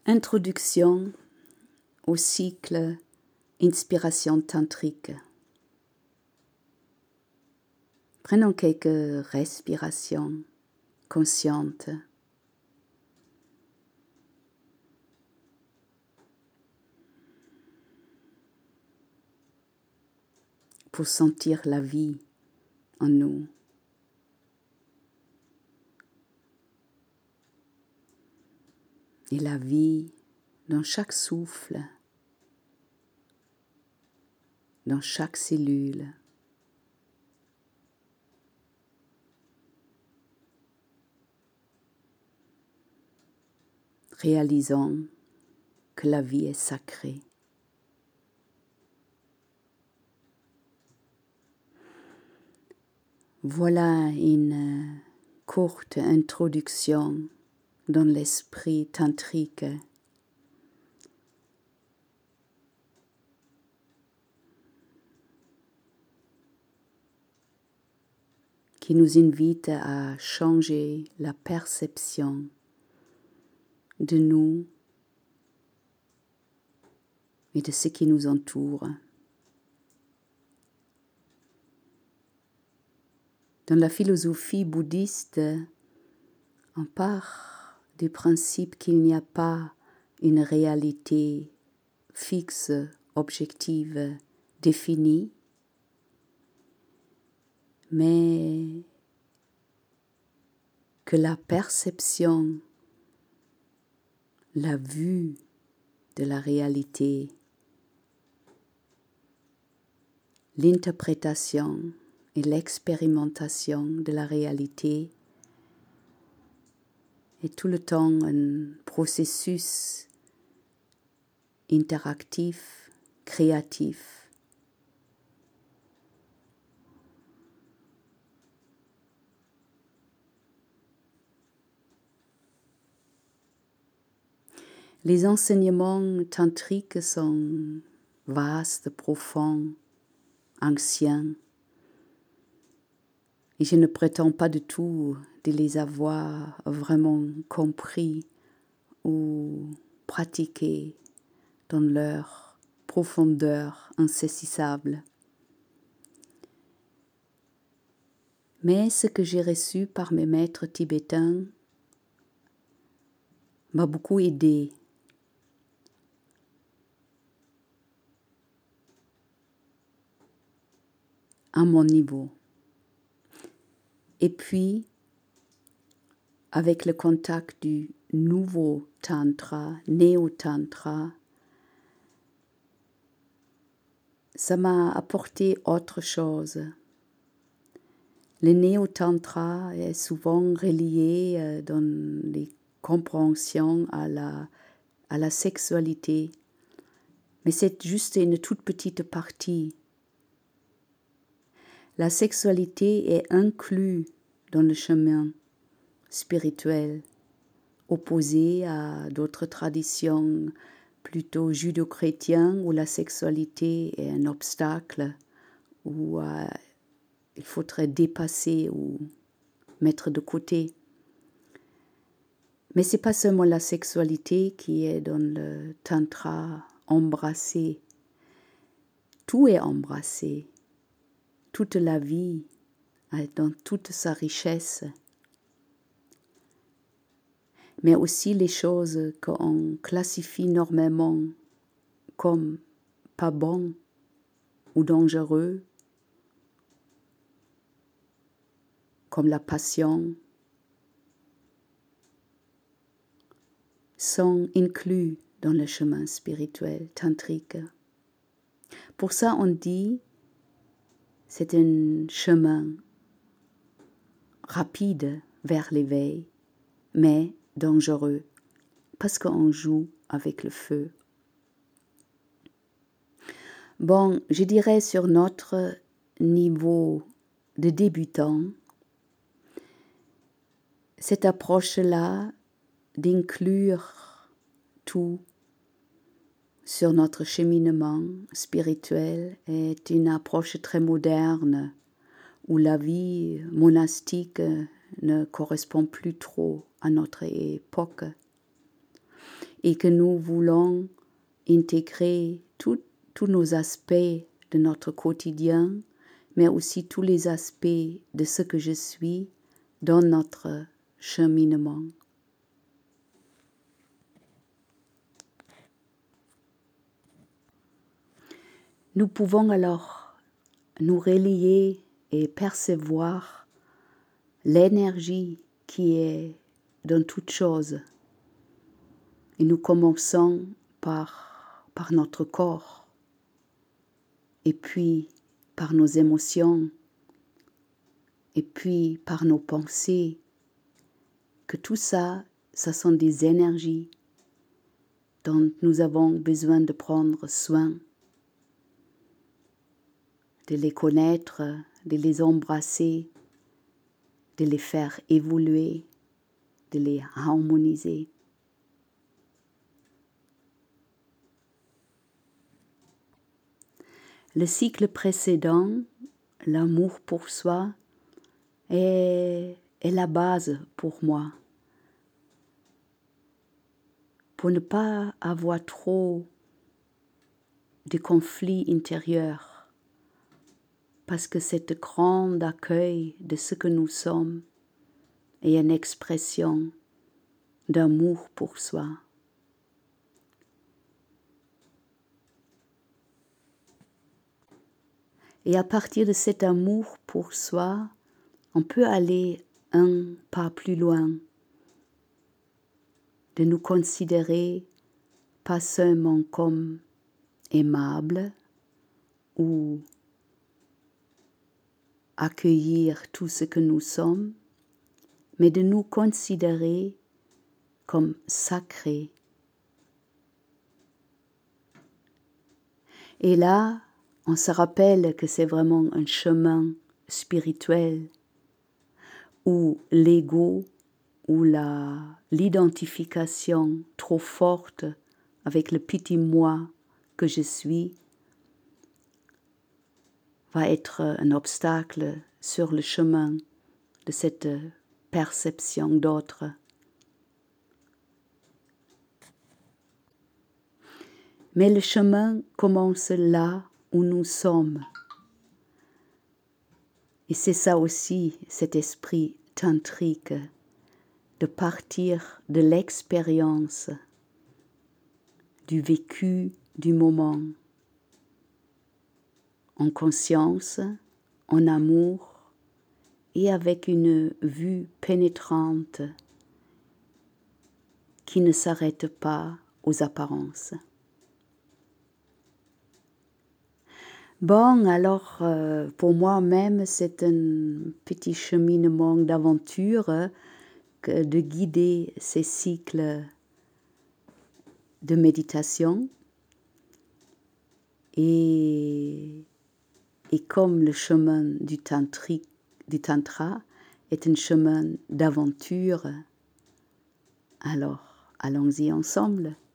Introduction au cycle Inspiration tantrique. Prenons quelques respirations conscientes. Pour sentir la vie en nous. Et la vie dans chaque souffle, dans chaque cellule. Réalisons que la vie est sacrée. Voilà une courte introduction dans l'esprit tantrique. Qui nous invite à changer la perception de nous et de ce qui nous entoure. Dans la philosophie bouddhiste, on part du principe qu'il n'y a pas une réalité fixe, objective, définie, mais que la perception, la vue de la réalité, l'interprétation et l'expérimentation de la réalité est tout le temps un processus interactif, créatif. Les enseignements tantriques sont vastes, profonds, anciens. Et je ne prétends pas du tout de les avoir vraiment compris ou pratiqués dans leur profondeur insaisissable. Mais ce que j'ai reçu par mes maîtres tibétains m'a beaucoup aidé à mon niveau. Et puis, avec le contact du nouveau tantra, néo-tantra, ça m'a apporté autre chose. Le néo-tantra est souvent relié dans les compréhensions à la sexualité, mais c'est juste une toute petite partie. La sexualité est inclue dans le chemin spirituel, opposé à d'autres traditions plutôt judo-chrétiennes où la sexualité est un obstacle, où il faudrait dépasser ou mettre de côté. Mais ce n'est pas seulement la sexualité qui est dans le tantra embrassé. Tout est embrassé. Toute la vie, dans toute sa richesse. Mais aussi les choses qu'on classifie normalement comme pas bons ou dangereux, comme la passion, sont inclus dans le chemin spirituel tantrique. Pour ça, on dit c'est un chemin rapide vers l'éveil, mais dangereux, parce qu'on joue avec le feu. Bon, je dirais sur notre niveau de débutant, cette approche-là d'inclure tout sur notre cheminement spirituel est une approche très moderne où la vie monastique ne correspond plus trop à notre époque. et que nous voulons intégrer tous nos aspects de notre quotidien, mais aussi tous les aspects de ce que je suis dans notre cheminement. Nous pouvons alors nous relier et percevoir l'énergie qui est dans toute chose. Et nous commençons par notre corps, et puis par nos émotions, et puis par nos pensées, que tout ça, ça sont des énergies dont nous avons besoin de prendre soin, de les connaître, de les embrasser, de les faire évoluer, de les harmoniser. Le cycle précédent, l'amour pour soi, est la base pour moi. Pour ne pas avoir trop de conflits intérieurs, parce que cet grand accueil de ce que nous sommes est une expression d'amour pour soi. Et à partir de cet amour pour soi, on peut aller un pas plus loin, de nous considérer pas seulement comme aimables ou accueillir tout ce que nous sommes, mais de nous considérer comme sacrés. Et là, on se rappelle que c'est vraiment un chemin spirituel où l'ego ou l'identification trop forte avec le petit moi que je suis va être un obstacle sur le chemin de cette perception d'autre. Mais le chemin commence là où nous sommes. Et c'est ça aussi, cet esprit tantrique, de partir de l'expérience, du vécu du moment, en conscience, en amour et avec une vue pénétrante qui ne s'arrête pas aux apparences. Bon, alors pour moi-même, c'est un petit cheminement d'aventure de guider ces cycles de méditation. Et comme le chemin du tantra est un chemin d'aventure, alors allons-y ensemble.